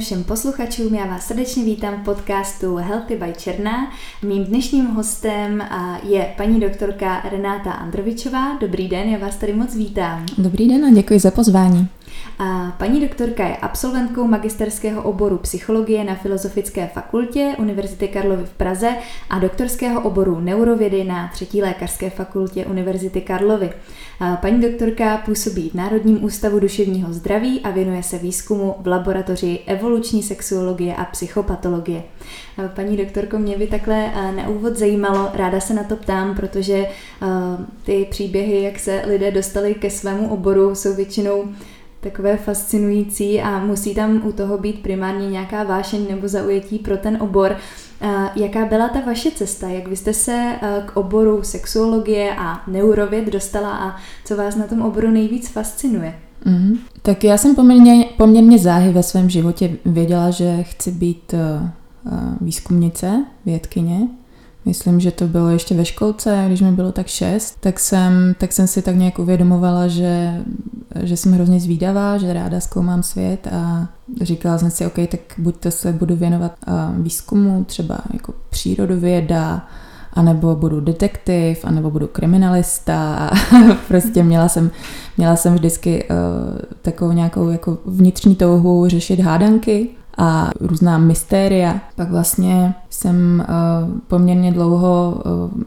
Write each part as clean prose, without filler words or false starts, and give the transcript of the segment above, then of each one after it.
všem posluchačům, já vás srdečně vítám v podcastu Healthy by Černá. Mým dnešním hostem je paní doktorka Renáta Androvičová. Dobrý den, já vás tady moc vítám. Dobrý den a děkuji za pozvání. Paní doktorka je absolventkou magisterského oboru psychologie na Filozofické fakultě Univerzity Karlovy v Praze a doktorského oboru neurovědy na 3. lékařské fakultě Univerzity Karlovy. Paní doktorka působí v Národním ústavu duševního zdraví a věnuje se výzkumu v laboratoři evoluční sexuologie a psychopatologie. Paní doktorko, mě by takhle na úvod zajímalo, ráda se na to ptám, protože ty příběhy, jak se lidé dostali ke svému oboru, jsou většinou takové fascinující a musí tam u toho být primárně nějaká vášeň nebo zaujetí pro ten obor. Jaká byla ta vaše cesta? Jak vy jste se k oboru sexuologie a neurověd dostala a co vás na tom oboru nejvíc fascinuje? Tak já jsem poměrně záhy ve svém životě věděla, že chci být výzkumnice, vědkyně. Myslím, že to bylo ještě ve školce, když mi bylo tak 6, tak jsem si tak nějak uvědomovala, že jsem hrozně zvídavá, že ráda zkoumám svět a říkala jsem si, OK, tak buď to se budu věnovat výzkumu, třeba jako přírodověda, anebo budu detektiv, anebo budu kriminalista. Prostě měla jsem vždycky takovou nějakou jako vnitřní touhu řešit hádanky a různá mystéria. Pak vlastně jsem poměrně dlouho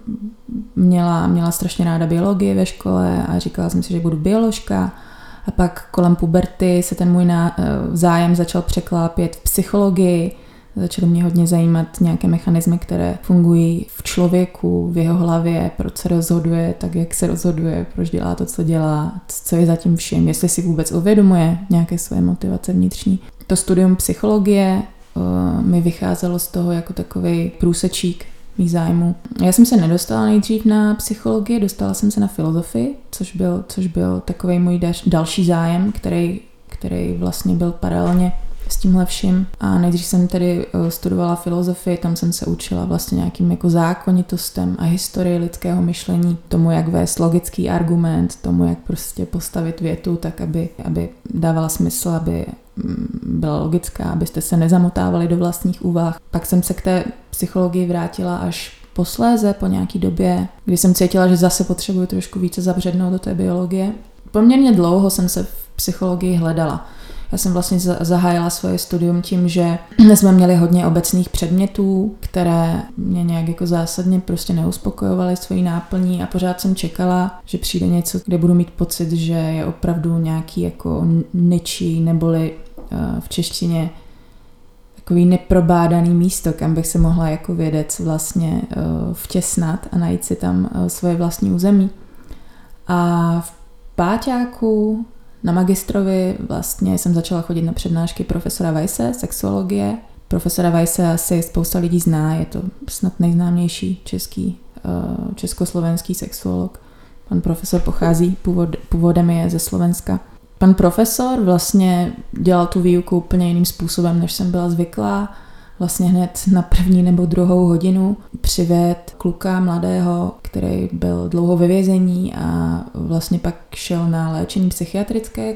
měla strašně ráda biologii ve škole a říkala jsem si, že budu bioložka. A pak kolem puberty se ten můj zájem začal překlápět v psychologii. Začaly mě hodně zajímat nějaké mechanismy, které fungují v člověku, v jeho hlavě, proč se rozhoduje tak, jak se rozhoduje, proč dělá to, co dělá, co je za tím vším, jestli si vůbec uvědomuje nějaké své motivace vnitřní. To studium psychologie mi vycházelo z toho jako takový průsečík mých zájmů. Já jsem se nedostala nejdřív na psychologii, dostala jsem se na filozofii, což byl takový můj další zájem, který vlastně byl paralelně s tímhle vším. A nejdřív jsem tedy studovala filozofii, tam jsem se učila vlastně nějakým jako zákonitostem a historii lidského myšlení, tomu, jak vést logický argument, tomu, jak prostě postavit větu tak, aby dávala smysl, aby byla logická, abyste se nezamotávali do vlastních úvah. Pak jsem se k té psychologii vrátila až posléze, po nějaký době, kdy jsem cítila, že zase potřebuji trošku více zabřednout do té biologie. Poměrně dlouho jsem se v psychologii hledala. Já jsem vlastně zahájila svoje studium tím, že jsme měli hodně obecných předmětů, které mě nějak jako zásadně prostě neuspokojovaly svojí náplní a pořád jsem čekala, že přijde něco, kde budu mít pocit, že je opravdu nějaký jako ničí, neboli v češtině takový neprobádaný místo, kam bych se mohla jako vědec vlastně vtěsnat a najít si tam svoje vlastní území. A v páťáku na magistrovi vlastně jsem začala chodit na přednášky profesora Weisse, sexuologie. Profesora Weisse asi spousta lidí zná, je to snad nejznámější československý sexuolog. Pan profesor pochází, původem je ze Slovenska. Pan profesor vlastně dělal tu výuku úplně jiným způsobem, než jsem byla zvyklá. Vlastně hned na 1. nebo 2. hodinu přivedl kluka mladého, který byl dlouho ve vězení a vlastně pak šel na léčení psychiatrické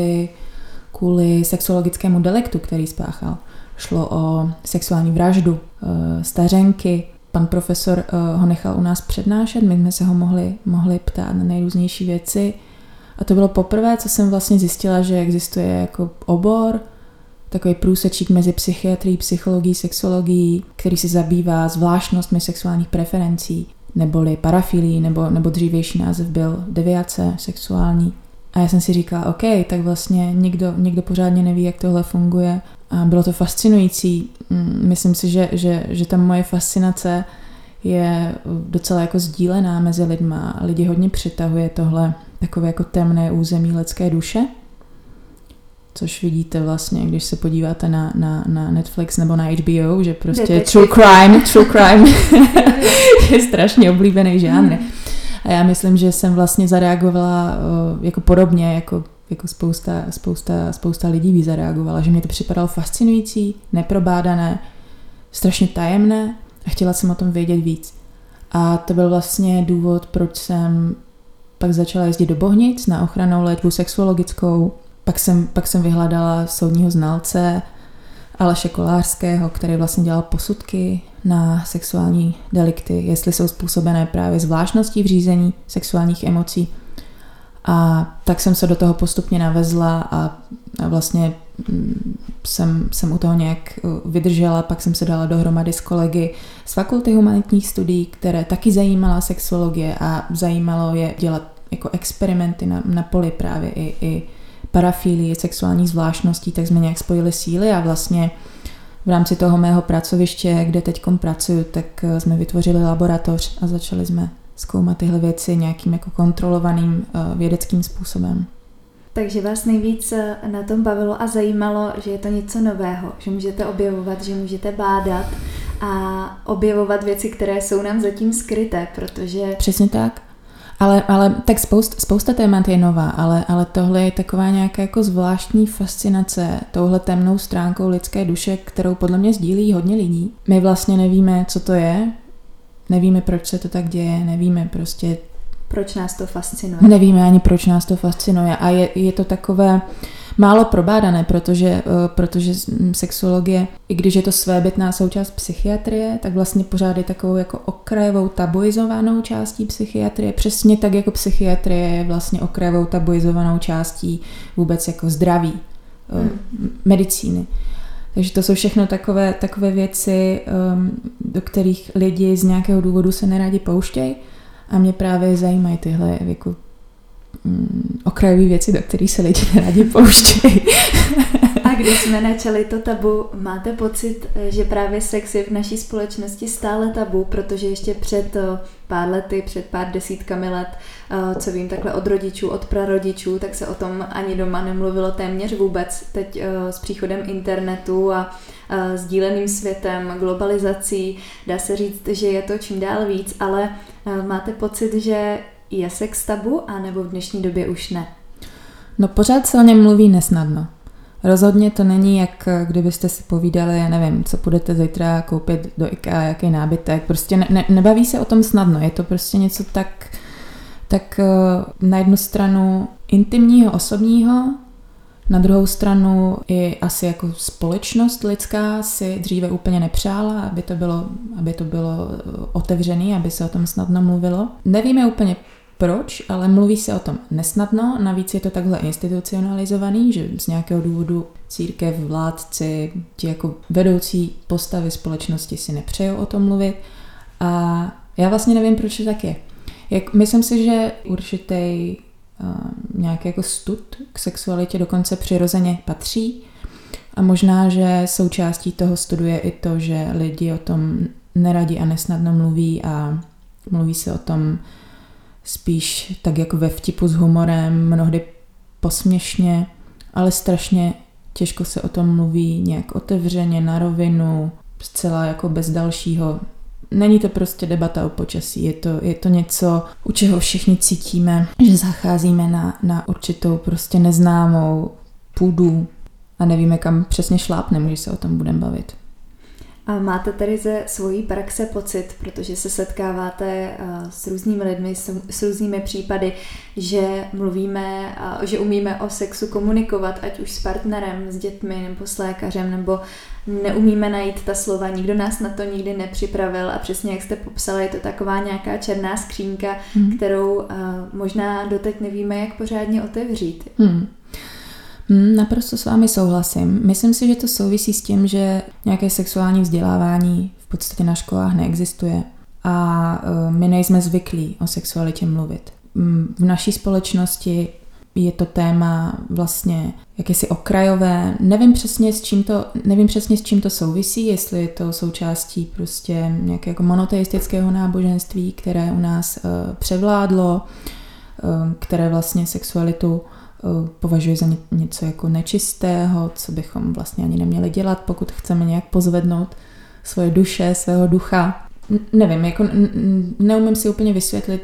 kvůli sexuologickému deliktu, který spáchal. Šlo o sexuální vraždu stařenky. Pan profesor ho nechal u nás přednášet, my jsme se ho mohli ptát na nejrůznější věci. A to bylo poprvé, co jsem vlastně zjistila, že existuje jako obor, takový průsečík mezi psychiatrií, psychologií, sexuologií, který se zabývá zvláštnostmi sexuálních preferencí, neboli parafilí, nebo dřívější název byl deviace sexuální. A já jsem si říkala, OK, tak vlastně nikdo pořádně neví, jak tohle funguje. A bylo to fascinující. Myslím si, že ta moje fascinace je docela jako sdílená mezi lidma. Lidi hodně přitahuje tohle takové jako temné území lidské duše. Což vidíte vlastně, když se podíváte na Netflix nebo na HBO, že prostě true crime je strašně oblíbený žánr. A já myslím, že jsem vlastně zareagovala jako podobně, jako spousta lidí by zareagovala, že mě to připadalo fascinující, neprobádané, strašně tajemné a chtěla jsem o tom vědět víc. A to byl vlastně důvod, proč jsem pak začala jezdit do Bohnic na ochrannou léčbu sexuologickou. Pak jsem vyhledala soudního znalce Aleše Kolářského, který vlastně dělal posudky na sexuální delikty, jestli jsou způsobené právě zvláštností v řízení sexuálních emocí. A tak jsem se do toho postupně navezla a vlastně jsem u toho nějak vydržela, pak jsem se dala dohromady s kolegy z Fakulty humanitních studií, které taky zajímala sexuologie a zajímalo je dělat jako experimenty na poli právě i parafílie, sexuálních zvláštností, tak jsme nějak spojili síly a vlastně v rámci toho mého pracoviště, kde teďkom pracuju, tak jsme vytvořili laboratoř a začali jsme zkoumat tyhle věci nějakým jako kontrolovaným vědeckým způsobem. Takže vás nejvíc na tom bavilo a zajímalo, že je to něco nového, že můžete objevovat, že můžete bádat a objevovat věci, které jsou nám zatím skryté, protože... Přesně tak. Ale tak spousta témat je nová, ale tohle je taková nějaká jako zvláštní fascinace touhle temnou stránkou lidské duše, kterou podle mě sdílí hodně lidí. My vlastně nevíme, co to je, nevíme, proč se to tak děje, nevíme prostě... Proč nás to fascinuje. Nevíme ani, proč nás to fascinuje a je to takové málo probádané, protože sexuologie, i když je to svébytná součást psychiatrie, tak vlastně pořád je takovou jako okrajovou tabuizovanou částí psychiatrie, přesně tak jako psychiatrie je vlastně okrajovou tabuizovanou částí vůbec jako zdraví, medicíny. Takže to jsou všechno takové věci, do kterých lidi z nějakého důvodu se nerádi pouštějí a mě právě zajímají tyhle jako okrajové věci, do kterých se lidi nerádi pouštějí. A když jsme načali to tabu, máte pocit, že právě sex je v naší společnosti stále tabu, protože ještě před pár lety, před pár desítkami let, co vím takhle od rodičů, od prarodičů, tak se o tom ani doma nemluvilo téměř vůbec. Teď s příchodem internetu a sdíleným světem, globalizací, dá se říct, že je to čím dál víc, ale máte pocit, že je sex tabu, anebo v dnešní době už ne? No pořád se o něm mluví nesnadno. Rozhodně to není, jak kdybyste si povídali, já nevím, co půjdete zítra koupit do IKEA, jaký nábytek. Prostě nebaví se o tom snadno. Je to prostě něco tak na jednu stranu intimního, osobního, na druhou stranu i asi jako společnost lidská si dříve úplně nepřála, aby to bylo otevřené, aby se o tom snadno mluvilo. Nevíme úplně proč, ale mluví se o tom nesnadno, navíc je to takhle institucionalizovaný, že z nějakého důvodu církev, vládci, ti jako vedoucí postavy společnosti si nepřejou o tom mluvit a já vlastně nevím, proč to tak je. Myslím si, že určitý nějaký jako stud k sexualitě dokonce přirozeně patří a možná, že součástí toho studu je i to, že lidi o tom neradi a nesnadno mluví a mluví se o tom spíš tak jako ve vtipu s humorem, mnohdy posměšně, ale strašně těžko se o tom mluví nějak otevřeně, na rovinu, zcela jako bez dalšího. Není to prostě debata o počasí, je to něco, u čeho všichni cítíme, že zacházíme na určitou prostě neznámou půdu a nevíme, kam přesně šlápneme, když se o tom budeme bavit. A máte tady ze svojí praxe pocit, protože se setkáváte s různými lidmi, s různými případy, že mluvíme, že umíme o sexu komunikovat, ať už s partnerem, s dětmi nebo s lékařem, nebo neumíme najít ta slova, nikdo nás na to nikdy nepřipravil a přesně jak jste popsala, je to taková nějaká černá skřínka, kterou možná doteď nevíme, jak pořádně otevřít. Naprosto s vámi souhlasím. Myslím si, že to souvisí s tím, že nějaké sexuální vzdělávání v podstatě na školách neexistuje a my nejsme zvyklí o sexualitě mluvit. V naší společnosti je to téma vlastně jakési okrajové. Nevím přesně, s čím to souvisí, jestli je to součástí prostě nějakého jako monoteistického náboženství, které u nás převládlo, které vlastně sexualitu považuji za něco jako nečistého, co bychom vlastně ani neměli dělat, pokud chceme nějak pozvednout svoje duše, svého ducha. Nevím, jako neumím si úplně vysvětlit,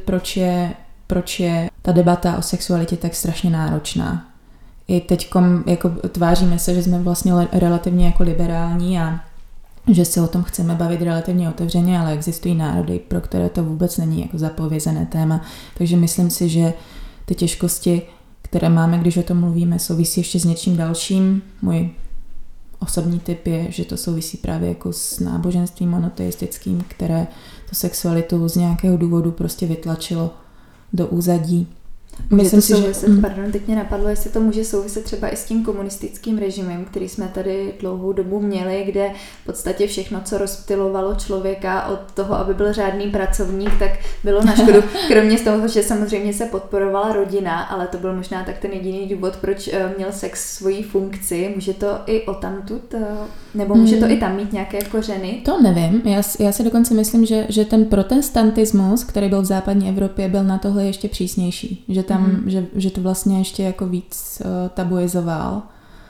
proč je ta debata o sexualitě tak strašně náročná. I teďkom jako tváříme se, že jsme vlastně relativně jako liberální a že se o tom chceme bavit relativně otevřeně, ale existují národy, pro které to vůbec není jako zapovězené téma. Takže myslím si, že ty těžkosti, které máme, když o tom mluvíme, souvisí ještě s něčím dalším. Můj osobní typ je, že to souvisí právě jako s náboženstvím monoteistickým, které tu sexualitu z nějakého důvodu prostě vytlačilo do úzadí. Myslím si, že... Pardon, teď mě napadlo, jestli to může souviset třeba i s tím komunistickým režimem, který jsme tady dlouhou dobu měli, kde v podstatě všechno, co rozptylovalo člověka od toho, aby byl řádný pracovník, tak bylo na škodu. Kromě toho, že samozřejmě se podporovala rodina, ale to byl možná tak ten jediný důvod, proč měl sex svoji funkci. Může to i odtamtud, nebo může to i tam mít nějaké kořeny? To nevím. Já si dokonce myslím, že ten protestantismus, který byl v západní Evropě, byl na tohle ještě přísnější. Že to vlastně ještě jako víc tabuizoval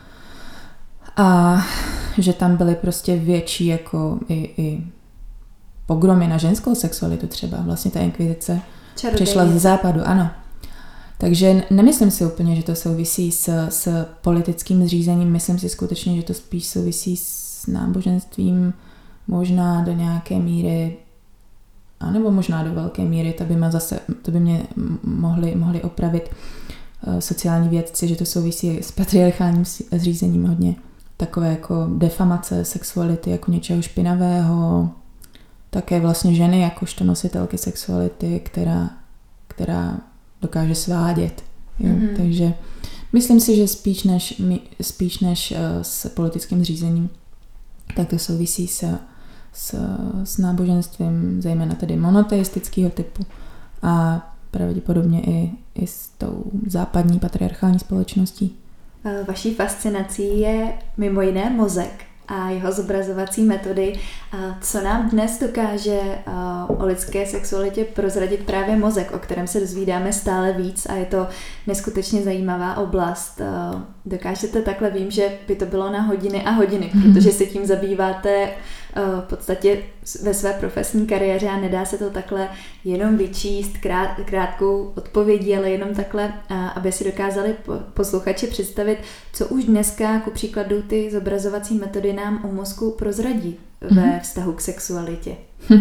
a že tam byly prostě větší jako i pogromy na ženskou sexualitu třeba. Vlastně ta inkvizice přišla ze západu, ano. Takže nemyslím si úplně, že to souvisí s politickým zřízením, myslím si skutečně, že to spíš souvisí s náboženstvím, možná do nějaké míry, anebo možná do velké míry, to by mě mohli opravit sociální vědci, že to souvisí s patriarchálním zřízením hodně. Takové jako defamace sexuality jako něčeho špinavého, také vlastně ženy jakožto nositelky sexuality, která dokáže svádět. Jo? Takže myslím si, že spíš než s politickým zřízením, tak to souvisí s náboženstvím, zejména tedy monoteistického typu a pravděpodobně i s tou západní patriarchální společností. Vaší fascinací je mimo jiné mozek a jeho zobrazovací metody. Co nám dnes dokáže o lidské sexualitě prozradit právě mozek, o kterém se dozvídáme stále víc a je to neskutečně zajímavá oblast. Dokážete takhle, vím, že by to bylo na hodiny a hodiny, protože se tím zabýváte v podstatě ve své profesní kariéře a nedá se to takhle jenom vyčíst krátkou odpovědí, ale jenom takhle, aby si dokázali posluchači představit, co už dneska, ku příkladu, ty zobrazovací metody nám o mozku prozradí ve vztahu k sexualitě.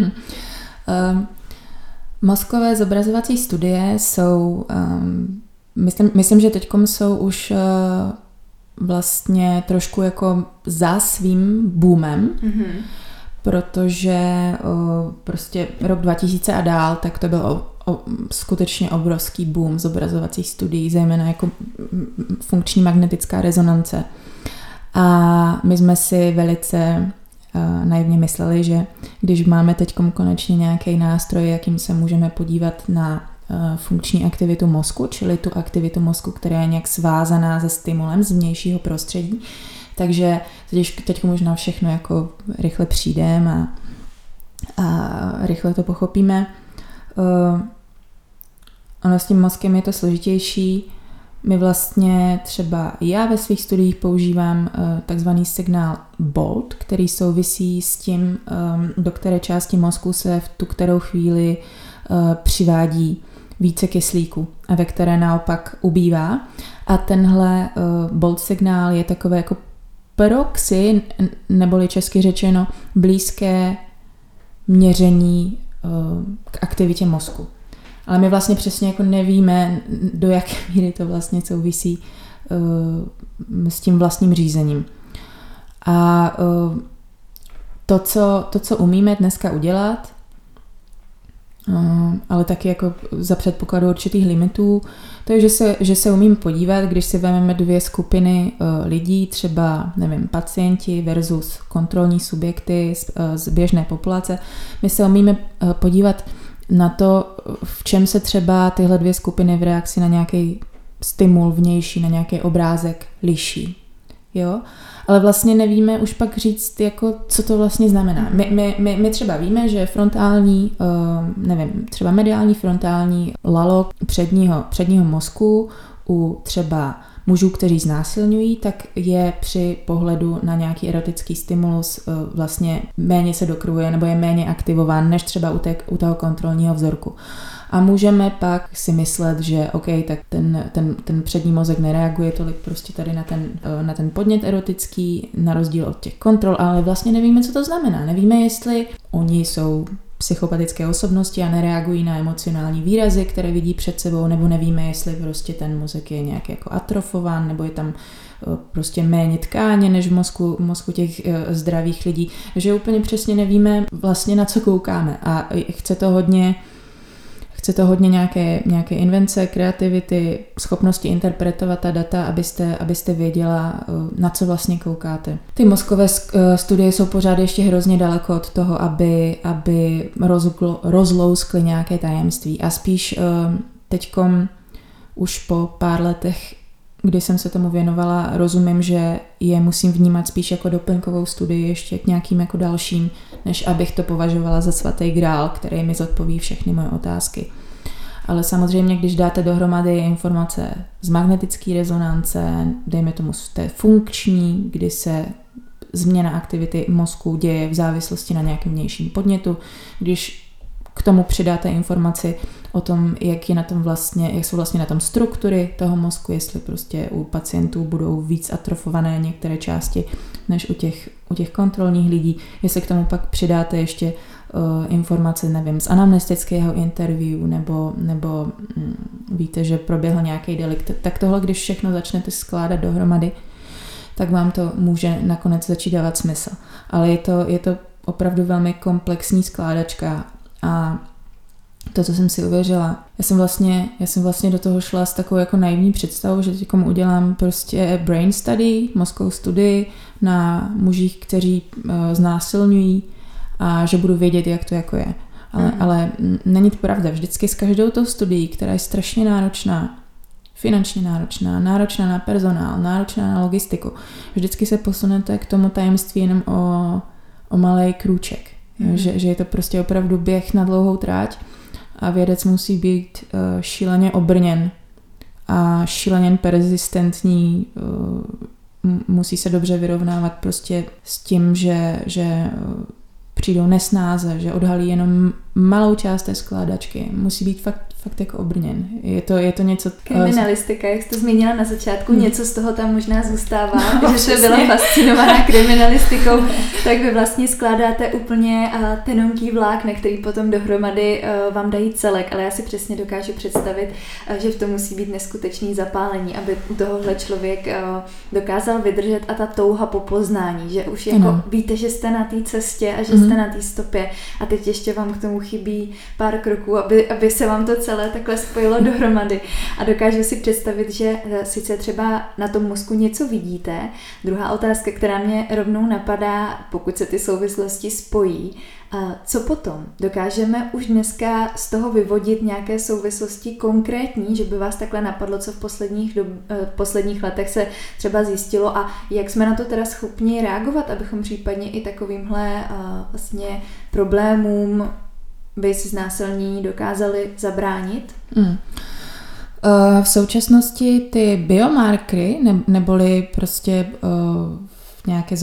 Mozkové zobrazovací studie jsou, myslím, že teďkom jsou už vlastně trošku jako za svým boomem, protože prostě rok 2000 a dál, tak to byl skutečně obrovský boom zobrazovacích studií, zejména jako funkční magnetická rezonance. A my jsme si velice naivně mysleli, že když máme teďkom konečně nějaký nástroj, jakým se můžeme podívat na funkční aktivitu mozku, čili tu aktivitu mozku, která je nějak svázaná se stimulem z vnějšího prostředí. Takže teď možná všechno jako rychle přijdeme a rychle to pochopíme. Ono s tím mozkem je to složitější. My vlastně já ve svých studiích používám takzvaný signál BOLT, který souvisí s tím, do které části mozku se v tu kterou chvíli přivádí více kyslíku a ve které naopak ubývá. A tenhle BOLT signál je takové jako proxy, neboli česky řečeno blízké měření k aktivitě mozku. Ale my vlastně přesně jako nevíme, do jaké míry to vlastně souvisí s tím vlastním řízením. A to, co umíme dneska udělat, ale taky jako za předpokladu určitých limitů, to je, že se umím podívat, když si vezmeme dvě skupiny lidí, třeba, nevím, pacienti versus kontrolní subjekty z běžné populace, my se umíme podívat na to, v čem se třeba tyhle dvě skupiny v reakci na nějaký stimul vnější, na nějaký obrázek liší. Jo? Ale vlastně nevíme už pak říct, jako, co to vlastně znamená. My třeba víme, že frontální, třeba mediální frontální lalok předního mozku u třeba mužů, kteří znásilňují, tak je při pohledu na nějaký erotický stimulus vlastně méně se dokrvuje nebo je méně aktivován než třeba u toho kontrolního vzorku. A můžeme pak si myslet, že OK, tak ten přední mozek nereaguje tolik prostě tady na ten podnět erotický, na rozdíl od těch kontrol, ale vlastně nevíme, co to znamená. Nevíme, jestli oni jsou psychopatické osobnosti a nereagují na emocionální výrazy, které vidí před sebou, nebo nevíme, jestli prostě ten mozek je nějak jako atrofován, nebo je tam prostě méně tkáně než v mozku těch zdravých lidí, že úplně přesně nevíme vlastně, na co koukáme, a chce to hodně nějaké invence, kreativity, schopnosti interpretovat ta data, abyste věděla, na co vlastně koukáte. Ty mozkové studie jsou pořád ještě hrozně daleko od toho, aby rozlouskly nějaké tajemství, a spíš teďkom už po pár letech, kdy jsem se tomu věnovala, rozumím, že je musím vnímat spíš jako doplňkovou studii ještě k nějakým jako dalším, než abych to považovala za svatý grál, který mi zodpoví všechny moje otázky. Ale samozřejmě, když dáte dohromady informace z magnetické rezonance, dejme tomu z té funkční, kdy se změna aktivity mozku děje v závislosti na nějakém vnějším podnětu, když k tomu přidáte informaci o tom, jak jsou vlastně na tom struktury toho mozku, jestli prostě u pacientů budou víc atrofované některé části než u těch kontrolních lidí, jestli k tomu pak přidáte ještě informace, nevím, z anamnestického interview, nebo víte, že proběhl nějaký delikt, tak tohle, když všechno začnete skládat dohromady, tak vám to může nakonec začít dávat smysl. Ale je to opravdu velmi komplexní skládačka. A to, co jsem si uvěřila, já jsem vlastně do toho šla s takovou jako naivní představou, že teď udělám prostě brain study, mozkovou studii na mužích, kteří znásilňují, a že budu vědět, jak to jako je. Ale není to pravda. Vždycky s každou tou studií, která je strašně náročná, finančně náročná na personál, náročná na logistiku, vždycky se posunete k tomu tajemství jenom o malej krůček. Že je to prostě opravdu běh na dlouhou tráť a vědec musí být šíleně obrněn a šíleně persistentní, musí se dobře vyrovnávat prostě s tím, že přijdou nesnáze, že odhalí jenom malou část té skládačky. Musí být fakt jako obrněn. Je to něco... Kriminalistika, jak jste zmínila na začátku, něco z toho tam možná zůstává, že jste byla fascinovaná kriminalistikou, tak vy vlastně skládáte úplně tenunký vlákna, který potom dohromady vám dají celek, ale já si přesně dokážu představit, že v tom musí být neskutečný zapálení, aby u tohohle člověk dokázal vydržet, a ta touha po poznání, že už jako víte, že jste na té cestě a že jste na té stopě, a teď ještě vám k tomu chybí pár kroků, aby se vám to celé takhle spojilo dohromady. A dokážu si představit, že sice třeba na tom mozku něco vidíte. Druhá otázka, která mě rovnou napadá, pokud se ty souvislosti spojí, co potom? Dokážeme už dneska z toho vyvodit nějaké souvislosti konkrétní, že by vás takhle napadlo, co v posledních letech se třeba zjistilo, a jak jsme na to teda schopni reagovat, abychom případně i takovýmhle vlastně problémům bez znásilnění dokázali zabránit? V současnosti ty biomarkery, neboli prostě nějaké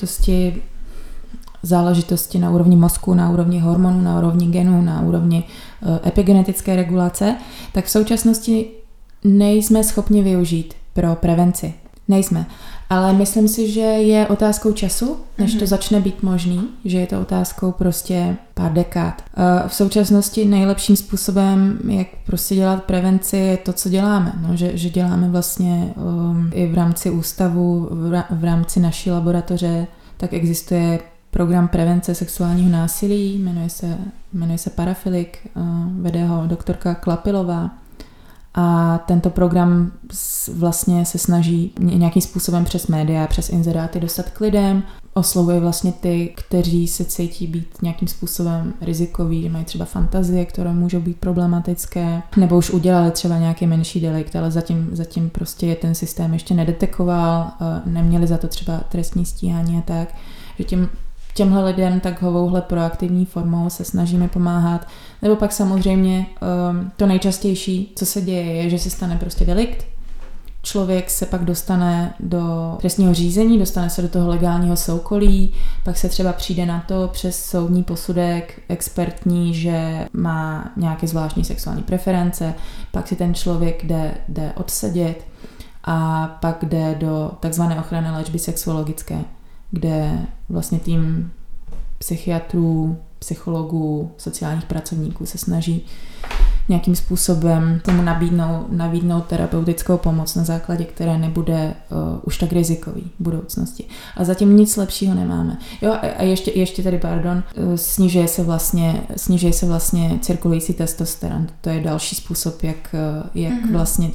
záležitosti na úrovni mozku, na úrovni hormonů, na úrovni genů, na úrovni epigenetické regulace, tak v současnosti nejsme schopni využít pro prevenci. Nejsme. Ale myslím si, že je otázkou času, než to začne být možný, že je to otázkou prostě pár dekád. V současnosti nejlepším způsobem, jak prostě dělat prevenci, je to, co děláme. No, že děláme vlastně i v rámci ústavu, v rámci naší laboratoře, tak existuje program prevence sexuálního násilí, jmenuje se Parafilik, vede ho doktorka Klapilová. A tento program vlastně se snaží nějakým způsobem přes média, přes inzeráty dostat k lidem. Oslovuje vlastně ty, kteří se cítí být nějakým způsobem rizikoví, že mají třeba fantazie, které můžou být problematické, nebo už udělali třeba nějaký menší delikt, ale zatím prostě je ten systém ještě nedetekoval, neměli za to třeba trestní stíhání a tak, že těmhle lidem takovouhle proaktivní formou se snažíme pomáhat. Nebo pak samozřejmě to nejčastější, co se děje, je, že se stane prostě delikt. Člověk se pak dostane do trestního řízení, dostane se do toho legálního soukolí, pak se třeba přijde na to přes soudní posudek expertní, že má nějaké zvláštní sexuální preference, pak si ten člověk jde odsedět a pak jde do takzvané ochranné léčby sexuologické, kde vlastně tým psychiatrů, psychologů, sociálních pracovníků se snaží nějakým způsobem tomu nabídnout terapeutickou pomoc, na základě které nebude už tak rizikový v budoucnosti. A zatím nic lepšího nemáme. Jo, a ještě tady, snižuje se vlastně cirkulující testosteron. To je další způsob, jak vlastně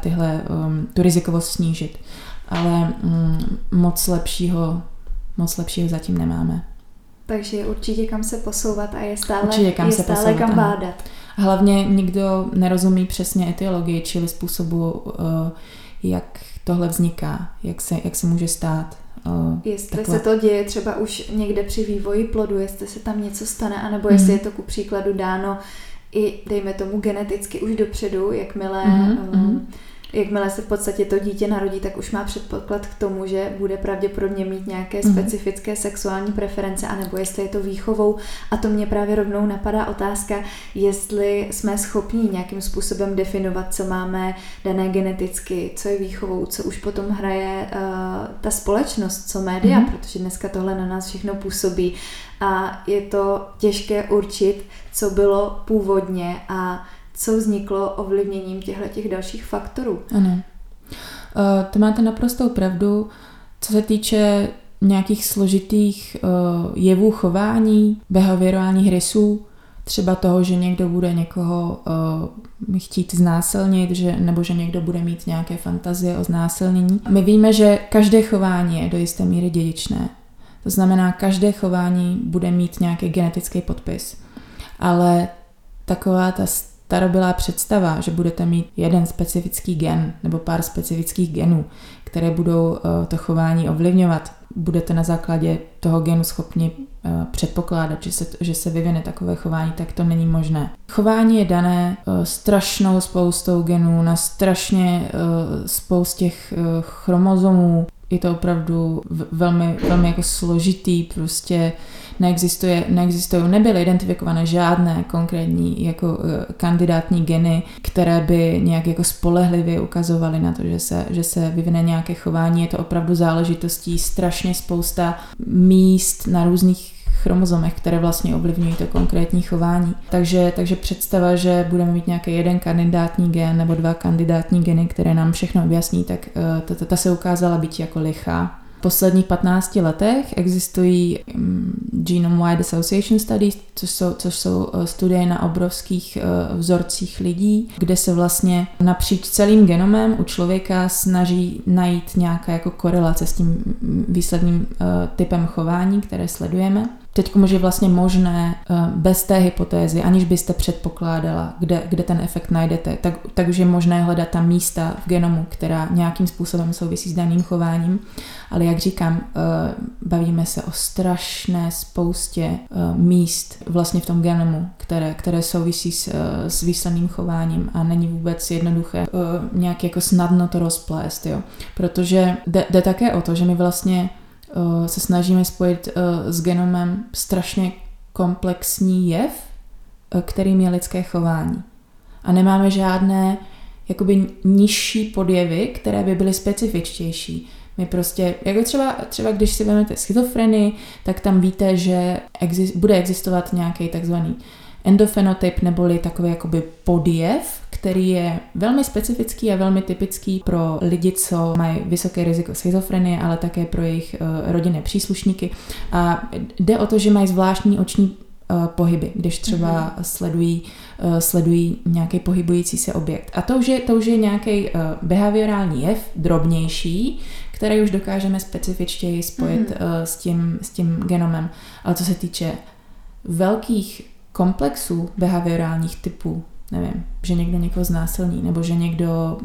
tu rizikovost snížit. Ale moc lepšího zatím nemáme. Takže určitě kam se posouvat a je stále kam bádat. Hlavně nikdo nerozumí přesně etiologii, čili způsobu, jak tohle vzniká, jak se může stát. Jestli se to děje třeba už někde při vývoji plodu, jestli se tam něco stane, anebo jestli je to ku příkladu dáno i, dejme tomu, geneticky už dopředu, jakmile se v podstatě to dítě narodí, tak už má předpoklad k tomu, že bude pravděpodobně mít nějaké specifické sexuální preference, anebo jestli je to výchovou. A to mě právě rovnou napadá otázka, jestli jsme schopni nějakým způsobem definovat, co máme dané geneticky, co je výchovou, co už potom hraje ta společnost, co média, protože dneska tohle na nás všechno působí. A je to těžké určit, co bylo původně a co vzniklo ovlivněním těchto dalších faktorů. Ano. To máte naprostou pravdu. Co se týče nějakých složitých jevů chování, behaviorálních rysů, třeba toho, že někdo bude někoho chtít znásilnit, nebo že někdo bude mít nějaké fantazie o znásilnění. My víme, že každé chování je do jisté míry dědičné. To znamená, každé chování bude mít nějaký genetický podpis. Ale taková ta starobylá představa, že budete mít jeden specifický gen nebo pár specifických genů, které budou to chování ovlivňovat, budete na základě toho genu schopni předpokládat, že se vyvine takové chování, tak to není možné. Chování je dané strašnou spoustou genů na strašně spoustě chromozomů. Je to opravdu velmi, velmi jako složitý, prostě nebyly identifikované žádné konkrétní jako kandidátní geny, které by nějak jako spolehlivě ukazovaly na to, že se vyvine nějaké chování. Je to opravdu záležitostí strašně spousta míst na různých chromozomech, které vlastně ovlivňují to konkrétní chování. Takže představa, že budeme mít nějaký jeden kandidátní gen nebo dva kandidátní geny, které nám všechno objasní, tak ta se ukázala být jako lichá. V posledních 15 letech existují Genome-Wide Association Studies, což jsou studie na obrovských vzorcích lidí, kde se vlastně napříč celým genomem u člověka snaží najít nějaká jako korelace s tím výsledným typem chování, které sledujeme. Teď už je vlastně možné bez té hypotézy, aniž byste předpokládala, kde ten efekt najdete, tak už je možné hledat tam místa v genomu, která nějakým způsobem souvisí s daným chováním. Ale jak říkám, bavíme se o strašné spoustě míst vlastně v tom genomu, které souvisí s výsledným chováním a není vůbec jednoduché nějak jako snadno to rozplést, jo. Protože jde také o to, že my vlastně se snažíme spojit s genomem strašně komplexní jev, kterým je lidské chování. A nemáme žádné jakoby nižší podjevy, které by byly specifičtější. My prostě, jako třeba když si vezmete schizofrenii, tak tam víte, že bude existovat nějaký takzvaný endofenotyp, neboli takový jakoby podjev, který je velmi specifický a velmi typický pro lidi, co mají vysoké riziko schizofrenie, ale také pro jejich rodinné příslušníky. A jde o to, že mají zvláštní oční pohyby, když třeba sledují nějaký pohybující se objekt. A to už je nějaký behaviorální jev, drobnější, který už dokážeme specifičtěji spojit s tím genomem. Ale co se týče velkých komplexů behaviorálních typů, nevím, že někdo někoho znásilní, nebo že někdo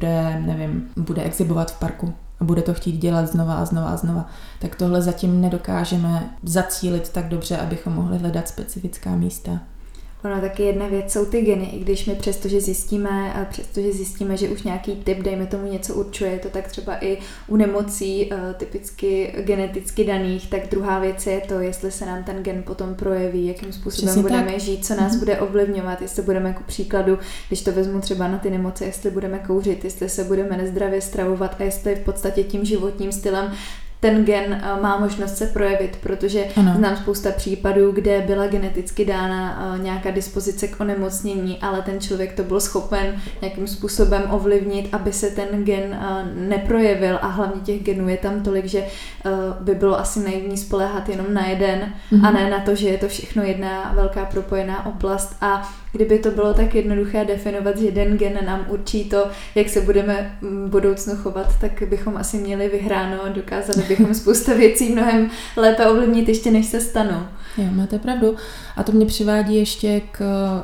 bude exhibovat v parku a bude to chtít dělat znova, tak tohle zatím nedokážeme zacílit tak dobře, abychom mohli hledat specifická místa. Ono taky jedna věc jsou ty geny, i když my přestože zjistíme, že už nějaký typ, dejme tomu, něco určuje, to tak třeba i u nemocí typicky geneticky daných, tak druhá věc je to, jestli se nám ten gen potom projeví, jakým způsobem přesně budeme žít, co nás bude ovlivňovat, jestli budeme jako příkladu, když to vezmu třeba na ty nemoci, jestli budeme kouřit, jestli se budeme nezdravě stravovat a jestli v podstatě tím životním stylem ten gen má možnost se projevit, protože znám spousta případů, kde byla geneticky dána nějaká dispozice k onemocnění, ale ten člověk to byl schopen nějakým způsobem ovlivnit, aby se ten gen neprojevil a hlavně těch genů je tam tolik, že by bylo asi naivní spoléhat jenom na jeden a ne na to, že je to všechno jedna velká propojená oblast a kdyby to bylo tak jednoduché definovat, že jeden gen nám určí to, jak se budeme v budoucnu chovat, tak bychom asi měli vyhráno a dokázali bychom spousta věcí mnohem lépe ovlivnit ještě než se stanou. Jo, máte pravdu. A to mě přivádí ještě k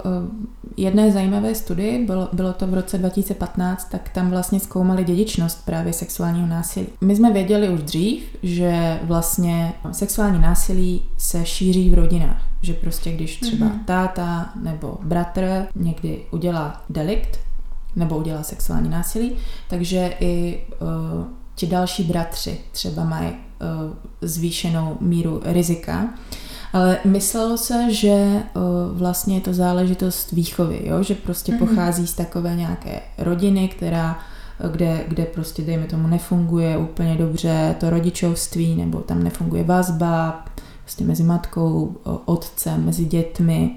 jedné zajímavé studii, bylo to v roce 2015, tak tam vlastně zkoumali dědičnost právě sexuálního násilí. My jsme věděli už dřív, že vlastně sexuální násilí se šíří v rodinách, že prostě když třeba táta nebo bratr někdy udělá delikt nebo udělá sexuální násilí, takže i ti další bratři třeba mají zvýšenou míru rizika. Ale myslelo se, že vlastně je to záležitost výchovy, jo? Že prostě pochází z takové nějaké rodiny, kde prostě dejme tomu nefunguje úplně dobře to rodičovství, nebo tam nefunguje vazba prostě mezi matkou, otcem, mezi dětmi,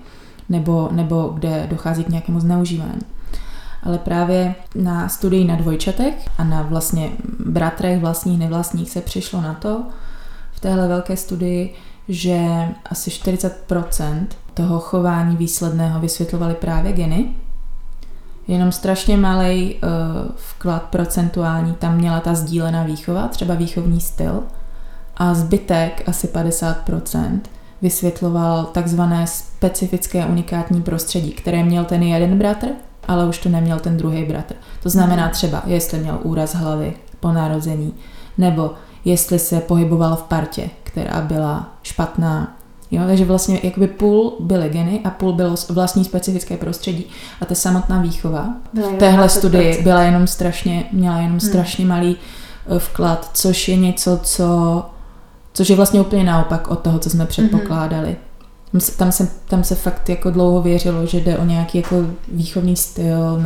nebo kde dochází k nějakému zneužívání. Ale právě na studii na dvojčatech a na vlastně bratrech vlastních, nevlastních se přišlo na to v téhle velké studii, že asi 40% toho chování výsledného vysvětlovaly právě geny. Jenom strašně malej vklad procentuální tam měla ta sdílená výchova, třeba výchovní styl. A zbytek, asi 50%, vysvětloval takzvané specifické unikátní prostředí, které měl ten jeden bratr, ale už to neměl ten druhý bratr. To znamená třeba, jestli měl úraz hlavy po narození, nebo jestli se pohyboval v partě, která byla špatná. Jo? Takže vlastně jakoby půl byly geny a půl bylo vlastní specifické prostředí. A ta samotná výchova v téhle studii měla jenom strašně malý vklad, což je něco, což je vlastně úplně naopak od toho, co jsme předpokládali. Tam se fakt jako dlouho věřilo, že jde o nějaký jako výchovný styl,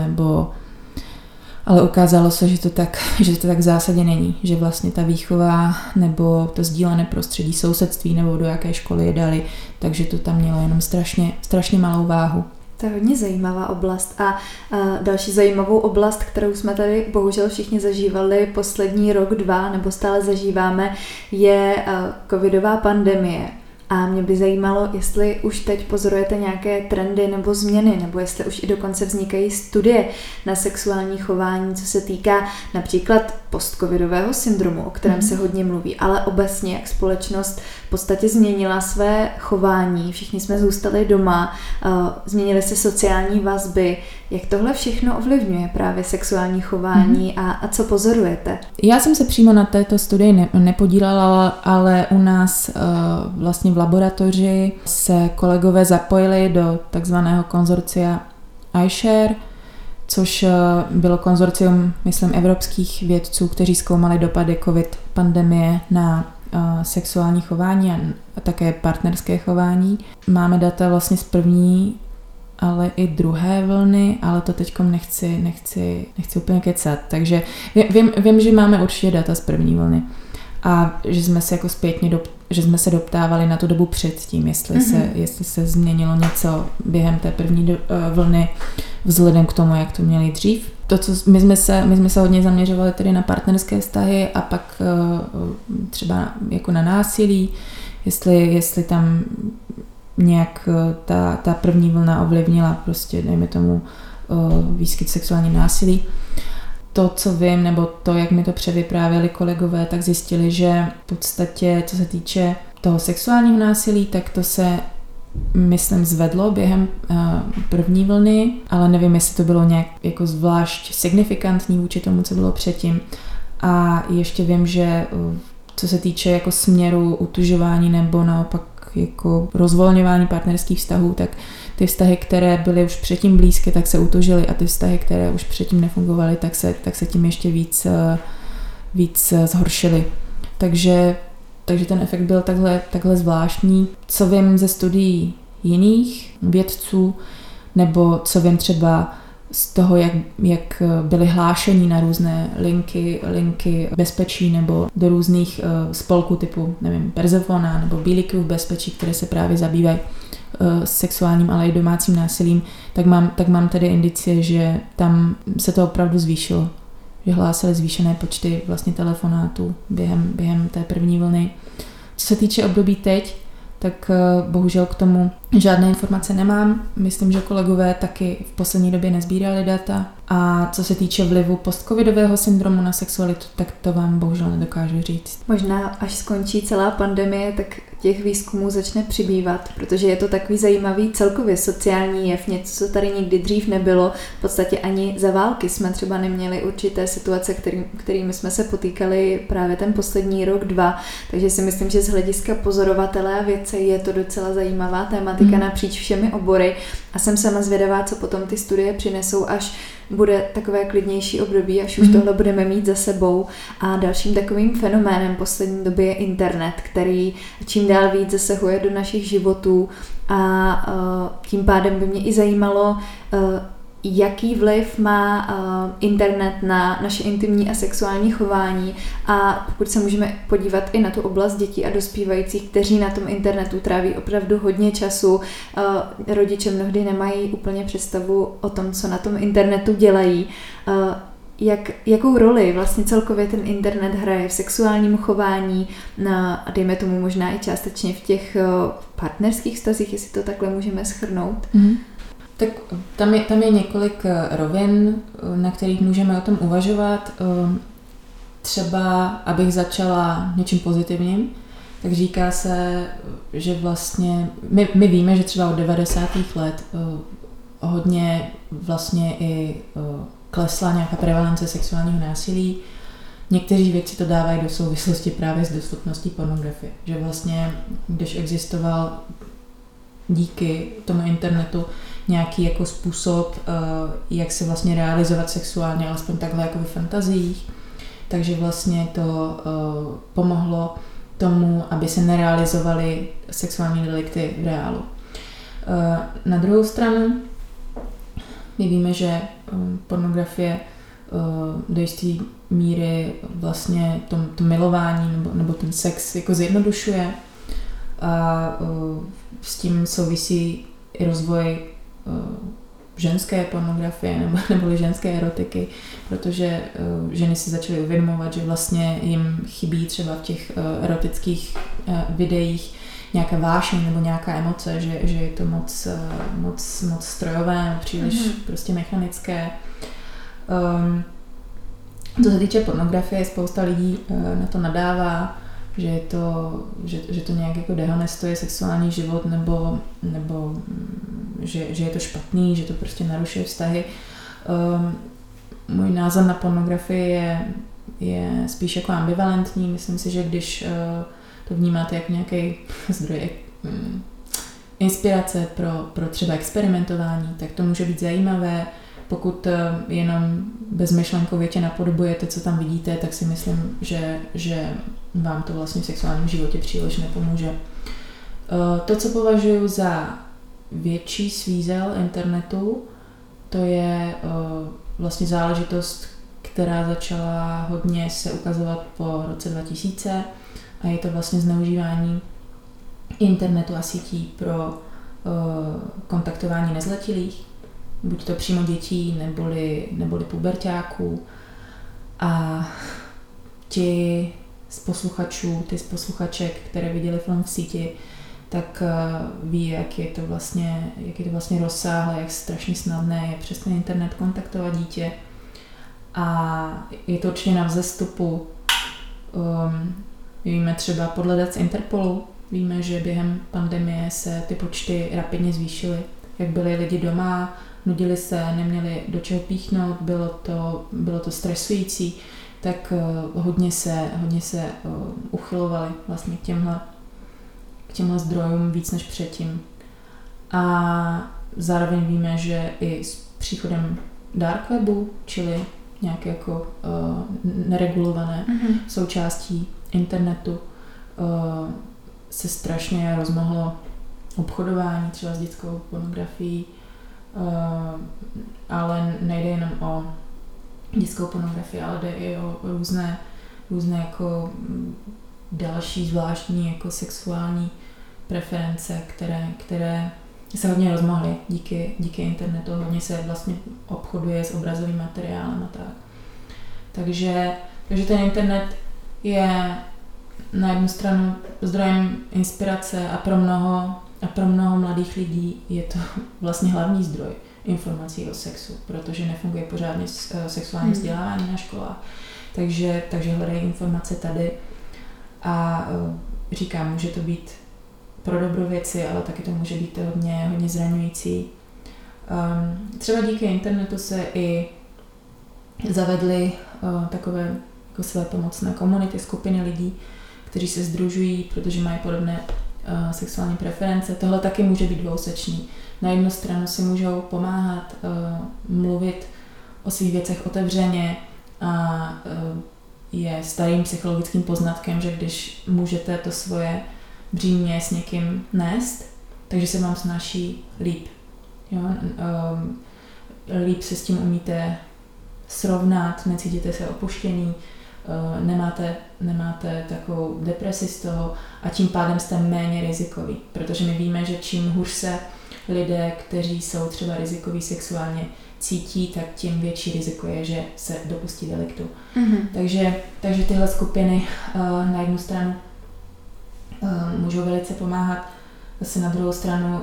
ale ukázalo se, že to tak v zásadě není, že vlastně ta výchova nebo to sdílené prostředí, sousedství nebo do jaké školy je dali, takže to tam mělo jenom strašně malou váhu. To je hodně zajímavá oblast a další zajímavou oblast, kterou jsme tady bohužel všichni zažívali poslední rok, 2 nebo stále zažíváme, je covidová pandemie. A mě by zajímalo, jestli už teď pozorujete nějaké trendy nebo změny, nebo jestli už i dokonce vznikají studie na sexuální chování, co se týká například postcovidového syndromu, o kterém se hodně mluví, ale obecně, jak společnost v podstatě změnila své chování, všichni jsme zůstali doma, změnily se sociální vazby. Jak tohle všechno ovlivňuje právě sexuální chování a co pozorujete? Já jsem se přímo na této studii nepodílela, ale u nás vlastně v laboratoři se kolegové zapojili do takzvaného konzorcia iShare, což bylo konzorcium, myslím, evropských vědců, kteří zkoumali dopady covid pandemie na sexuální chování a také partnerské chování. Máme data vlastně z první, ale i druhé vlny, ale to teďkom nechci úplně kecat. Takže vím, že máme určitě data z první vlny a že jsme se jako zpětně že jsme se doptávali na tu dobu předtím, jestli se změnilo něco během té první vlny vzhledem k tomu, jak to měli dřív. To, co my jsme se hodně zaměřovali tedy na partnerské vztahy a pak třeba jako na násilí, jestli tam nějak ta první vlna ovlivnila prostě, dejme tomu, výskyt sexuální násilí. To, co vím, nebo to, jak mi to převyprávěli kolegové, tak zjistili, že v podstatě, co se týče toho sexuálního násilí, tak to se, myslím, zvedlo během první vlny, ale nevím, jestli to bylo nějak jako zvlášť signifikantní vůči tomu, co bylo předtím. A ještě vím, že co se týče jako směru utužování nebo naopak jako rozvolňování partnerských vztahů, tak ty vztahy, které byly už předtím blízké, tak se utužily a ty vztahy, které už předtím nefungovaly, tak se tím ještě víc zhoršily. Takže ten efekt byl takhle zvláštní. Co vím ze studií jiných vědců, nebo co vím třeba z toho, jak byly hlášení na různé linky bezpečí nebo do různých spolků typu, nevím, Persefona nebo Bílý kruh bezpečí, které se právě zabývají sexuálním, ale i domácím násilím, tak mám tedy indicie, že tam se to opravdu zvýšilo. Že hlásili zvýšené počty vlastně telefonátů během té první vlny. Co se týče období teď, tak bohužel k tomu žádné informace nemám. Myslím, že kolegové taky v poslední době nezbírali data. A co se týče vlivu postcovidového syndromu na sexualitu, tak to vám bohužel nedokážu říct. Možná až skončí celá pandemie, tak těch výzkumů začne přibývat, protože je to takový zajímavý celkově sociální jev, něco, co tady nikdy dřív nebylo. V podstatě ani za války jsme třeba neměli určité situace, kterými jsme se potýkali právě ten poslední rok, 2. Takže si myslím, že z hlediska pozorovatele a vědce je to docela zajímavá tématika napříč všemi obory. A jsem sama zvědavá, co potom ty studie přinesou, až bude takové klidnější období, až už tohle budeme mít za sebou. A dalším takovým fenoménem poslední doby je internet, který čím dál víc zasahuje do našich životů a tím pádem by mě i zajímalo, jaký vliv má internet na naše intimní a sexuální chování a pokud se můžeme podívat i na tu oblast dětí a dospívajících, kteří na tom internetu tráví opravdu hodně času, rodiče mnohdy nemají úplně představu o tom, co na tom internetu dělají, jakou roli vlastně celkově ten internet hraje v sexuálním chování a dejme tomu možná i částečně v těch partnerských vztazích, jestli to takhle můžeme shrnout. Tak tam je několik rovin, na kterých můžeme o tom uvažovat. Třeba, abych začala něčím pozitivním, tak říká se, že vlastně, my víme, že třeba od 90. let hodně vlastně i klesla nějaká prevalence sexuálního násilí. Někteří vědci to dávají do souvislosti právě s dostupností pornografie. Že vlastně, když existoval díky tomu internetu nějaký jako způsob, jak se vlastně realizovat sexuálně, alespoň takhle jako ve fantaziích, takže vlastně to pomohlo tomu, aby se nerealizovaly sexuální delikty v reálu. Na druhou stranu my víme, že pornografie do jisté míry vlastně to milování nebo ten sex jako zjednodušuje a s tím souvisí i rozvoj ženské pornografie nebo ženské erotiky, protože ženy si začaly uvědomovat, že vlastně jim chybí třeba v těch erotických videích nějaká vášeň nebo nějaká emoce, že je to moc strojové, příliš prostě mechanické. Co se týče pornografie, spousta lidí na to nadává, že to nějak jako dehonestuje sexuální život nebo že je to špatný, že to prostě narušuje vztahy. Můj názor na pornografii je spíš jako ambivalentní. Myslím si, že když to vnímáte jako nějaký zdroj inspirace pro třeba experimentování, tak to může být zajímavé. Pokud jenom bezmyšlenkově napodobujete, co tam vidíte, tak si myslím, že vám to vlastně v sexuálním životě příliš nepomůže. To, co považuji za větší svízel internetu, to je vlastně záležitost, která začala hodně se ukazovat po roce 2000 a je to vlastně zneužívání internetu a sítí pro kontaktování nezletilých, buď to přímo dětí, neboli puberťáků. A ti z posluchaček, které viděli film v síti, tak ví, jak je to vlastně rozsáhlé, jak strašně snadné je přes ten internet kontaktovat dítě. A je to určitě na vzestupu. Víme třeba podle dat z Interpolu, víme, že během pandemie se ty počty rapidně zvýšily. Jak byli lidi doma, nudili se, neměli do čeho píchnout, bylo to stresující, tak hodně se uchylovali vlastně k těmhle zdrojům víc než předtím. A zároveň víme, že i s příchodem dark webu, čili nějaké jako neregulované součástí internetu, se strašně rozmohlo obchodování třeba s dětskou pornografií. ale nejde jenom o dětskou pornografii, ale jde i o různé jako další zvláštní jako sexuální preference, které se hodně rozmohly díky internetu, hodně se vlastně obchoduje s obrazovým materiálem a tak. Takže ten internet je na jednu stranu zdrojem inspirace a pro mnoho mladých lidí je to vlastně hlavní zdroj informací o sexu, protože nefunguje pořádně sexuální vzdělávání na školách. Takže hledají informace tady a říkám, může to být pro dobro věci, ale taky to může být hodně zraňující. Třeba díky internetu se i zavedly takové jako své pomocné komunity, skupiny lidí, kteří se sdružují, protože mají podobné sexuální preference. Tohle taky může být dvousečný. Na jednu stranu si můžou pomáhat, mluvit o svých věcech otevřeně a je starým psychologickým poznatkem, že když můžete to svoje břímě s někým nést, takže se vám snáší líp. Jo? Líp se s tím umíte srovnat, necítíte se opuštěný, nemáte takovou depresi z toho a tím pádem jste méně rizikoví, protože my víme, že čím hůř se lidé, kteří jsou třeba rizikoví sexuálně, cítí, tak tím větší riziko je, že se dopustí deliktu. Takže tyhle skupiny na jednu stranu můžou velice pomáhat, zase na druhou stranu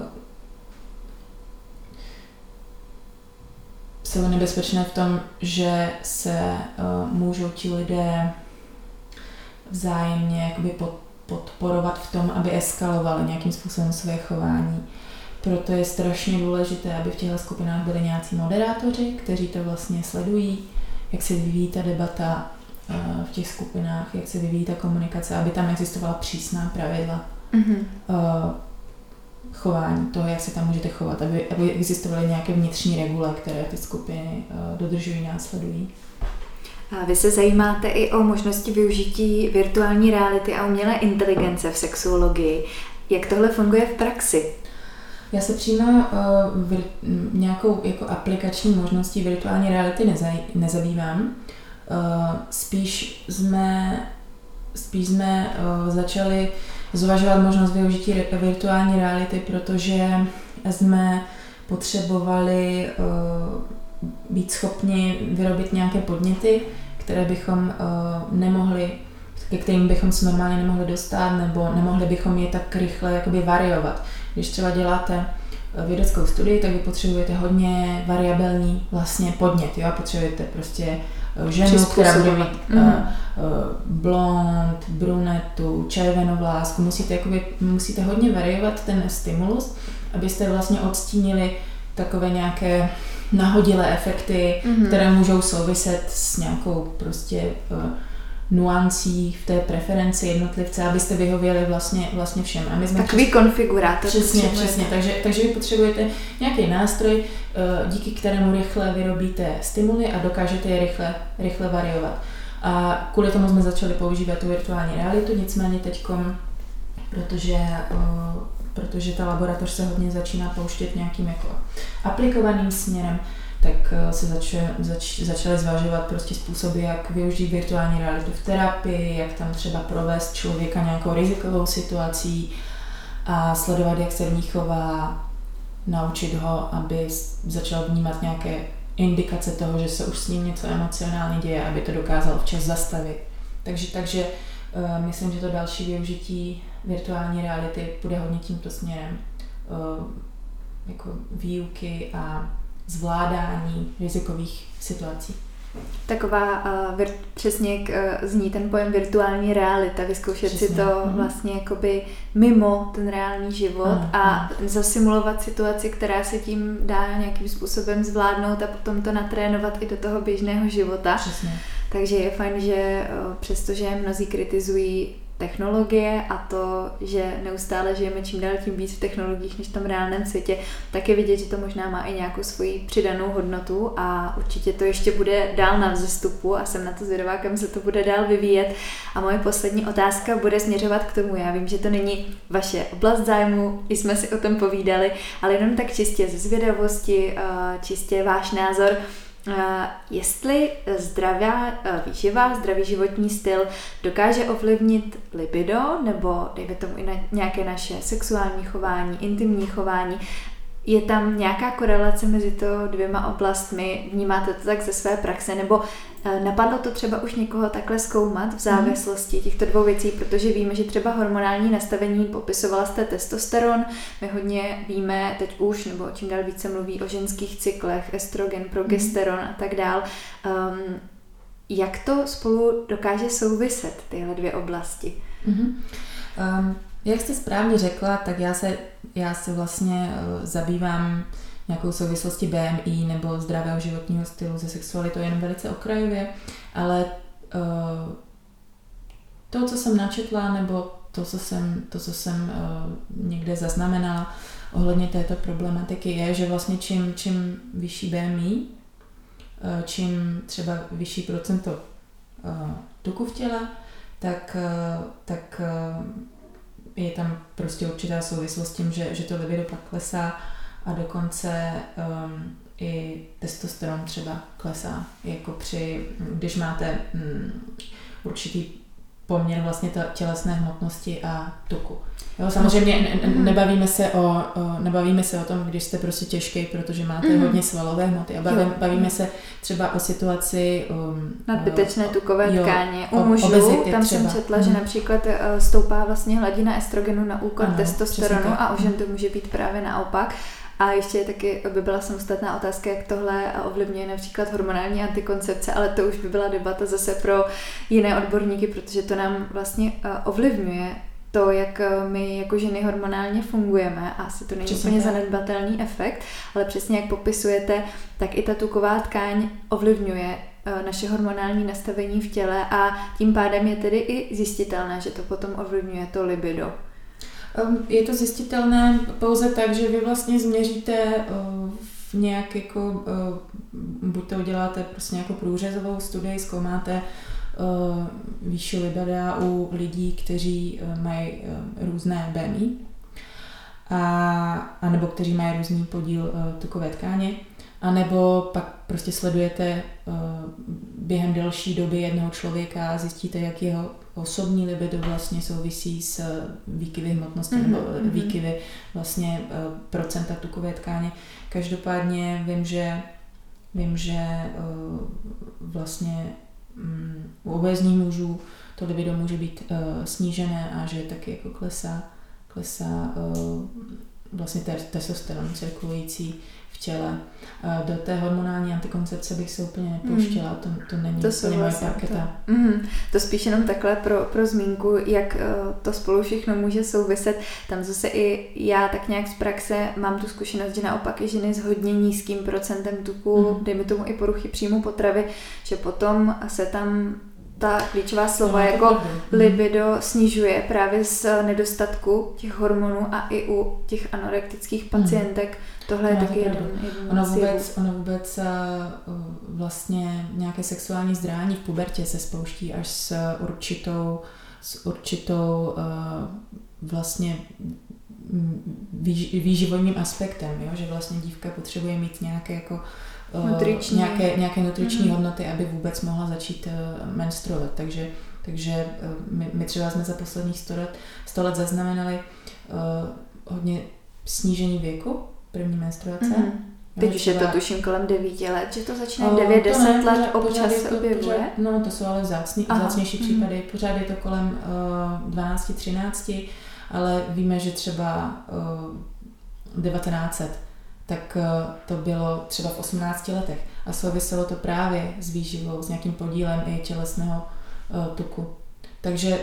jsou nebezpečné v tom, že se můžou ti lidé vzájemně jakoby podporovat v tom, aby eskalovali nějakým způsobem své chování. Proto je strašně důležité, aby v těchto skupinách byli nějací moderátoři, kteří to vlastně sledují, jak se vyvíjí ta debata v těch skupinách, jak se vyvíjí ta komunikace, aby tam existovala přísná pravidla chování, toho, jak se tam můžete chovat, aby existovaly nějaké vnitřní regule, které ty skupiny dodržují, následují. A vy se zajímáte i o možnosti využití virtuální reality a umělé inteligence v sexuologii. Jak tohle funguje v praxi? Já se přímo nějakou jako aplikační možností virtuální reality nezabývám. Spíš jsme začali zvažovat možnost využití virtuální reality, protože jsme potřebovali být schopni vyrobit nějaké podněty, které bychom ke kterým bychom se normálně nemohli dostat, nebo nemohli bychom je tak rychle jakoby variovat. Když třeba děláte vědeckou studii, tak vy potřebujete hodně variabilní vlastně podnět. Jo? Potřebujete prostě ženu, která bude mít blond, brunetu, červenovlásku. Musíte hodně variovat ten stimulus, abyste vlastně odstínili takové nějaké nahodilé efekty, které můžou souviset s nějakou prostě nuancí v té preferenci jednotlivce, abyste vyhověli vlastně všem. A my jsme takový konfigurátor. Přesně. Takže vy potřebujete nějaký nástroj, díky kterému rychle vyrobíte stimuly a dokážete je rychle variovat. A kvůli tomu jsme začali používat tu virtuální realitu, nicméně teďkom, protože ta laboratoř se hodně začíná pouštět nějakým jako aplikovaným směrem, tak se začaly zvažovat prostě způsoby, jak využít virtuální realitu v terapii, jak tam třeba provést člověka nějakou rizikovou situací a sledovat, jak se v ní chová, naučit ho, aby začal vnímat nějaké indikace toho, že se už s ním něco emocionálně děje, aby to dokázal včas zastavit. Takže myslím, že to další využití virtuální reality bude hodně tímto směrem, jako výuky a zvládání rizikových situací. Taková přesně jak zní ten pojem virtuální realita, vyzkoušet si to vlastně jakoby mimo ten reálný život a zasimulovat situaci, která se tím dá nějakým způsobem zvládnout a potom to natrénovat i do toho běžného života. Přesně. Takže je fajn, že přestože mnozí kritizují technologie a to, že neustále žijeme čím dál tím víc v technologiích než v tom reálném světě, tak je vidět, že to možná má i nějakou svoji přidanou hodnotu a určitě to ještě bude dál na vzestupu a jsem na to zvědavá, kam se to bude dál vyvíjet. A moje poslední otázka bude směřovat k tomu. Já vím, že to není vaše oblast zájmu, i jsme si o tom povídali, ale jenom tak čistě ze zvědavosti, čistě váš názor, jestli zdravá výživa, zdravý životní styl dokáže ovlivnit libido nebo dejme tomu i na nějaké naše sexuální chování, intimní chování. Je tam nějaká korelace mezi to dvěma oblastmi? Vnímáte to tak ze své praxe? Nebo napadlo to třeba už někoho takhle zkoumat v závislosti těchto dvou věcí? Protože víme, že třeba hormonální nastavení, popisovala jste testosteron, my hodně víme teď už, nebo čím dál více mluví o ženských cyklech, estrogen, progesteron a tak dál. Jak to spolu dokáže souviset, tyhle dvě oblasti? Jak jste správně řekla, tak já se vlastně zabývám nějakou souvislostí BMI nebo zdravého životního stylu se sexualitou jen velice okrajově, ale to, co jsem načetla, nebo to, co jsem někde zaznamenala ohledně této problematiky, je, že vlastně čím vyšší BMI, čím třeba vyšší procento tuku v těle, tak je tam prostě určitá souvislost s tím, že to libido pak klesá a dokonce i testosteron třeba klesá, jako když máte určitý poměr vlastně tělesné hmotnosti a tuku. Jo, samozřejmě nebavíme se o tom, když jste prostě těžký, protože máte hodně svalové hmoty. A bavíme se třeba o situaci nadbytečné tukové tkáně. U mužů tam jsem četla, že například stoupá vlastně hladina estrogenu na úkor testosteronu a u žen to může být právě naopak. A ještě taky by byla samostatná otázka, jak tohle ovlivňuje například hormonální antikoncepce, ale to už by byla debata zase pro jiné odborníky, protože to nám vlastně ovlivňuje to, jak my jako ženy hormonálně fungujeme a asi to není úplně zanedbatelný efekt, ale přesně jak popisujete, tak i ta tuková tkáň ovlivňuje naše hormonální nastavení v těle a tím pádem je tedy i zjistitelné, že to potom ovlivňuje to libido. Je to zjistitelné pouze tak, že vy vlastně změříte v nějak jako, buď to uděláte prostě nějakou průřezovou studii, zkoumáte výši libida u lidí, kteří mají různé BMI a nebo kteří mají různý podíl tukové tkáně, a nebo pak prostě sledujete během delší doby jednoho člověka a zjistíte, jak jeho osobní libido vlastně souvisí s výkyvy hmotnosti nebo výkyvy vlastně procenta tukové tkáně. Každopádně vím, že vlastně u obézních mužů to libido může být snížené a že taky jako klesá vlastně testosteron cirkulující v těle. Do té hormonální antikoncepce bych se úplně nepouštěla, to není úplně moje parketa. To spíš jenom takhle pro zmínku, jak to spolu všechno může souviset. Tam zase i já tak nějak z praxe mám tu zkušenost, že naopak i ženy s hodně nízkým procentem tuku, dejme tomu i poruchy příjmu potravy, že potom se tam ta klíčová slova jako libido snižuje právě z nedostatku těch hormonů a i u těch anorektických pacientek. Tohle je taky jeden Ono vůbec vlastně nějaké sexuální zdrání v pubertě se spouští až s určitou vlastně výživovým aspektem, jo? Že vlastně dívka potřebuje mít nějaké jako nějaké nutriční hodnoty, aby vůbec mohla začít menstruovat. Takže my třeba jsme za posledních 100 let zaznamenali hodně snížení věku první menstruace. Teď už je to tuším kolem 9 let, že to začne 9-10 let, občas se objevuje. No, to jsou ale vzácnější případy. Pořád je to kolem 12-13, ale víme, že třeba 1900 tak to bylo třeba v 18 letech a souviselo to právě s výživou, s nějakým podílem i tělesného tuku. Takže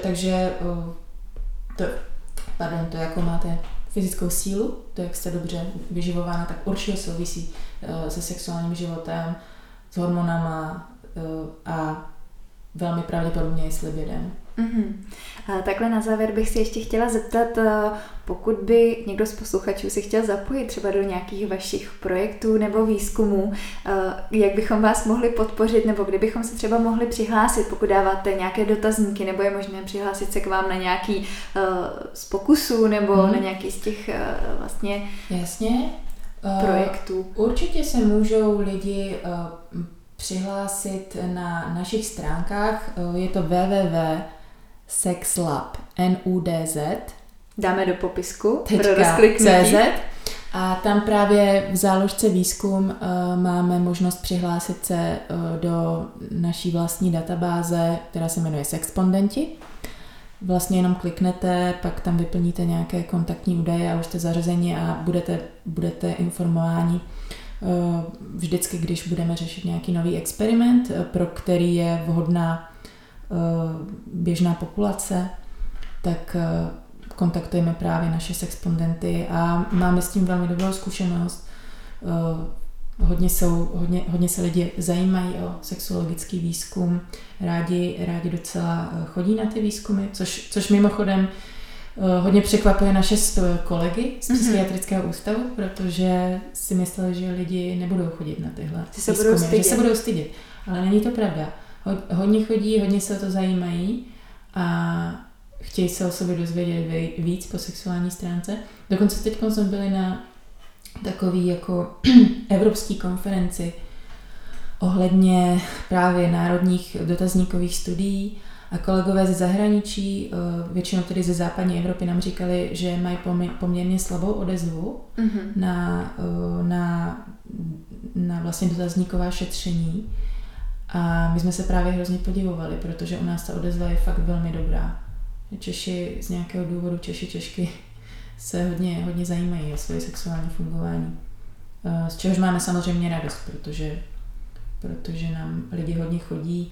to jako máte fyzickou sílu, to jak jste dobře vyživována, tak určitě souvisí se sexuálním životem, s hormonama a velmi pravděpodobně i s libidem. Takhle na závěr bych si ještě chtěla zeptat, pokud by někdo z posluchačů si chtěl zapojit třeba do nějakých vašich projektů nebo výzkumů, jak bychom vás mohli podpořit, nebo kde bychom se třeba mohli přihlásit, pokud dáváte nějaké dotazníky, nebo je možné přihlásit se k vám na nějaký z pokusů, nebo na nějaký z těch vlastně Jasně. projektů. Určitě se můžou lidi přihlásit na našich stránkách. Je to www.sexlab.nudz. Dáme do popisku pro rozkliknutí. CZ. A tam právě v záložce výzkum máme možnost přihlásit se do naší vlastní databáze, která se jmenuje Sexpondenti. Vlastně jenom kliknete, pak tam vyplníte nějaké kontaktní údaje a už jste zařazeni a budete informováni vždycky, když budeme řešit nějaký nový experiment, pro který je vhodná běžná populace, tak kontaktujeme právě naše sexpondenty a máme s tím velmi dobrou zkušenost. Hodně se lidi zajímají o sexuologický výzkum, rádi docela chodí na ty výzkumy, což mimochodem hodně překvapuje naše kolegy z psychiatrického ústavu, protože si mysleli, že lidi nebudou chodit na tyhle výzkumy, že se budou stydět. Ale není to pravda. Hodně chodí, hodně se o to zajímají a chtějí se o sobě dozvědět víc po sexuální stránce. Dokonce teď jsme byli na takový jako evropský konferenci ohledně právě národních dotazníkových studií a kolegové ze zahraničí, většinou tedy ze západní Evropy, nám říkali, že mají poměrně slabou odezvu na vlastně dotazníková šetření. A my jsme se právě hrozně podivovali, protože u nás ta odezva je fakt velmi dobrá. Češi z nějakého důvodu, Češky se hodně zajímají o své sexuální fungování. Z čehož máme samozřejmě radost, protože nám lidi hodně chodí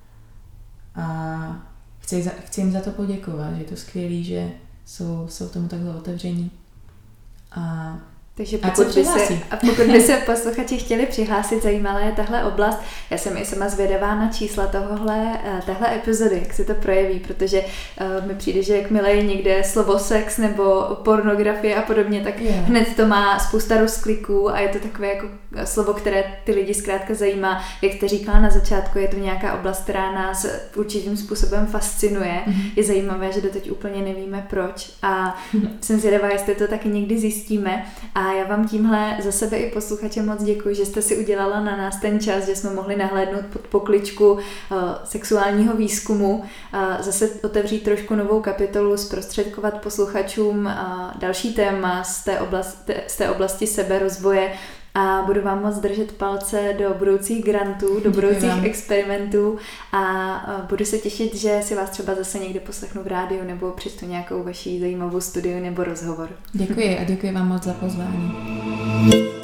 a chci jim za to poděkovat, že je to skvělý, že jsou tomu takhle otevření. Takže pokud by se posluchači chtěli přihlásit, zajímala je tahle oblast. Já jsem i sama zvědavá na čísla téhle epizody, jak se to projeví, protože mi přijde, že jakmile je někde slovo sex nebo pornografie a podobně, tak hned to má spousta rozkliků a je to takové jako slovo, které ty lidi zkrátka zajímá. Jak jste říkala na začátku, je to nějaká oblast, která nás určitým způsobem fascinuje. Je zajímavé, že doteď úplně nevíme proč a jsem zvědavá, jestli to taky někdy zjistíme. A já vám tímhle za sebe i posluchače moc děkuji, že jste si udělala na nás ten čas, že jsme mohli nahlédnout pod pokličku sexuálního výzkumu, zase otevřít trošku novou kapitolu, zprostředkovat posluchačům další téma z té oblasti seberozvoje a budu vám moc držet palce do budoucích grantů, do budoucích experimentů a budu se těšit, že si vás třeba zase někde poslechnu v rádiu nebo přečtu nějakou vaši zajímavou studii nebo rozhovor. Děkuji a děkuji vám moc za pozvání.